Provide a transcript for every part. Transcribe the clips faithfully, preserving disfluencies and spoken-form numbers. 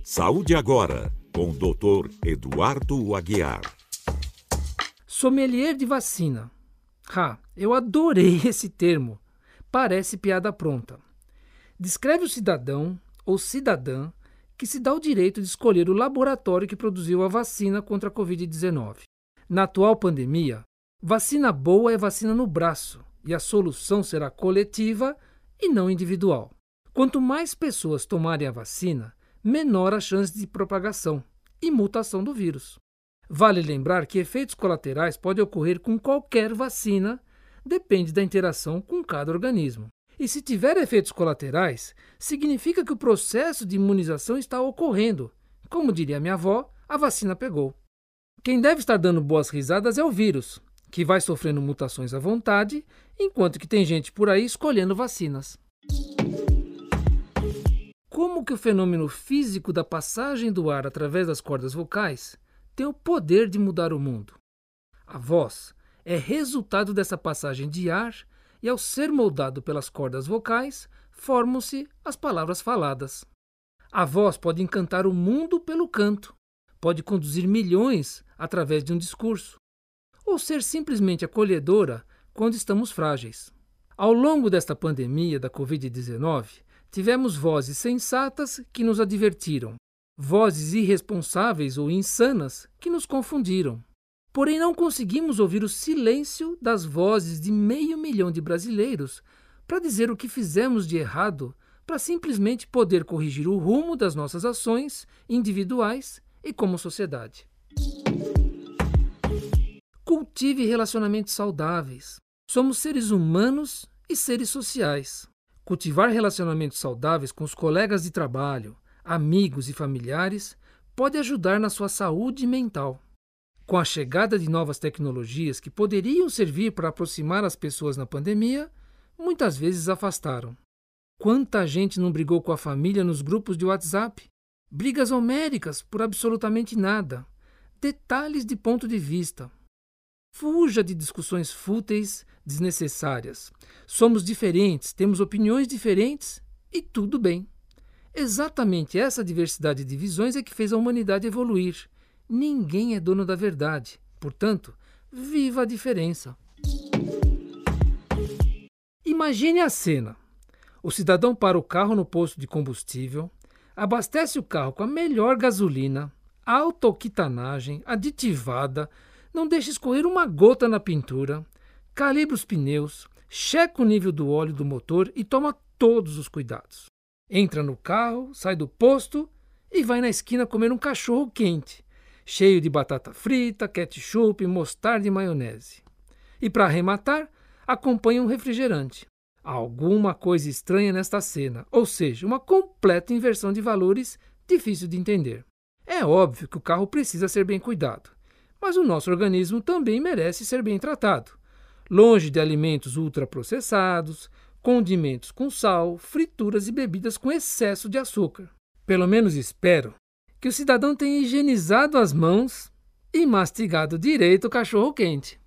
Saúde Agora, com o doutor Eduardo Aguiar. Sommelier de vacina. Ah, eu adorei esse termo. Parece piada pronta. Descreve o cidadão ou cidadã que se dá o direito de escolher o laboratório que produziu a vacina contra a covid dezenove. Na atual pandemia, vacina boa é vacina no braço e a solução será coletiva e não individual. Quanto mais pessoas tomarem a vacina, menor a chance de propagação e mutação do vírus. Vale lembrar que efeitos colaterais podem ocorrer com qualquer vacina, depende da interação com cada organismo. E se tiver efeitos colaterais, significa que o processo de imunização está ocorrendo. Como diria minha avó, a vacina pegou. Quem deve estar dando boas risadas é o vírus, que vai sofrendo mutações à vontade, enquanto que tem gente por aí escolhendo vacinas. Como que o fenômeno físico da passagem do ar através das cordas vocais tem o poder de mudar o mundo? A voz é resultado dessa passagem de ar e, ao ser moldado pelas cordas vocais, formam-se as palavras faladas. A voz pode encantar o mundo pelo canto, pode conduzir milhões através de um discurso, ou ser simplesmente acolhedora quando estamos frágeis. Ao longo desta pandemia da covid dezenove, tivemos vozes sensatas que nos advertiram, vozes irresponsáveis ou insanas que nos confundiram. Porém, não conseguimos ouvir o silêncio das vozes de meio milhão de brasileiros para dizer o que fizemos de errado, para simplesmente poder corrigir o rumo das nossas ações individuais e como sociedade. Cultive relacionamentos saudáveis. Somos seres humanos e seres sociais. Cultivar relacionamentos saudáveis com os colegas de trabalho, amigos e familiares pode ajudar na sua saúde mental. Com a chegada de novas tecnologias que poderiam servir para aproximar as pessoas na pandemia, muitas vezes afastaram. Quanta gente não brigou com a família nos grupos de WhatsApp? Brigas homéricas por absolutamente nada. Detalhes de ponto de vista. Fuja de discussões fúteis, desnecessárias. Somos diferentes, temos opiniões diferentes e tudo bem. Exatamente essa diversidade de visões é que fez a humanidade evoluir. Ninguém é dono da verdade. Portanto, viva a diferença. Imagine a cena. O cidadão para o carro no posto de combustível, abastece o carro com a melhor gasolina, autoquitanagem, aditivada, não deixa escorrer uma gota na pintura, calibra os pneus, checa o nível do óleo do motor e toma todos os cuidados. Entra no carro, sai do posto e vai na esquina comer um cachorro quente, cheio de batata frita, ketchup, mostarda e maionese. E para arrematar, acompanha um refrigerante. Há alguma coisa estranha nesta cena, ou seja, uma completa inversão de valores difícil de entender. É óbvio que o carro precisa ser bem cuidado, mas o nosso organismo também merece ser bem tratado. Longe de alimentos ultraprocessados, condimentos com sal, frituras e bebidas com excesso de açúcar. Pelo menos espero que o cidadão tenha higienizado as mãos e mastigado direito o cachorro-quente.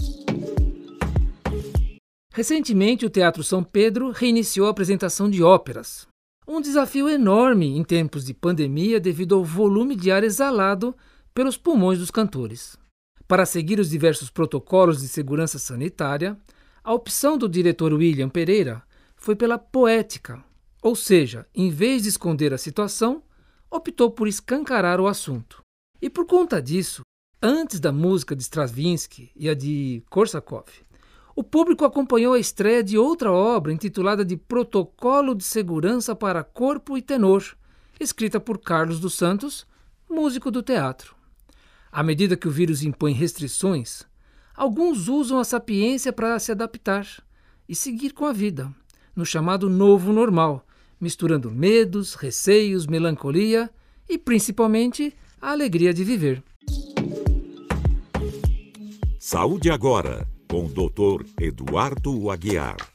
Recentemente, o Teatro São Pedro reiniciou a apresentação de óperas. Um desafio enorme em tempos de pandemia devido ao volume de ar exalado pelos pulmões dos cantores. Para seguir os diversos protocolos de segurança sanitária, a opção do diretor William Pereira foi pela poética, ou seja, em vez de esconder a situação, optou por escancarar o assunto. E por conta disso, antes da música de Stravinsky e a de Korsakov, o público acompanhou a estreia de outra obra intitulada de Protocolo de Segurança para Corpo e Tenor, escrita por Carlos dos Santos, músico do teatro. À medida que o vírus impõe restrições, alguns usam a sapiência para se adaptar e seguir com a vida, no chamado novo normal, misturando medos, receios, melancolia e, principalmente, a alegria de viver. Saúde Agora, com o doutor Eduardo Aguiar.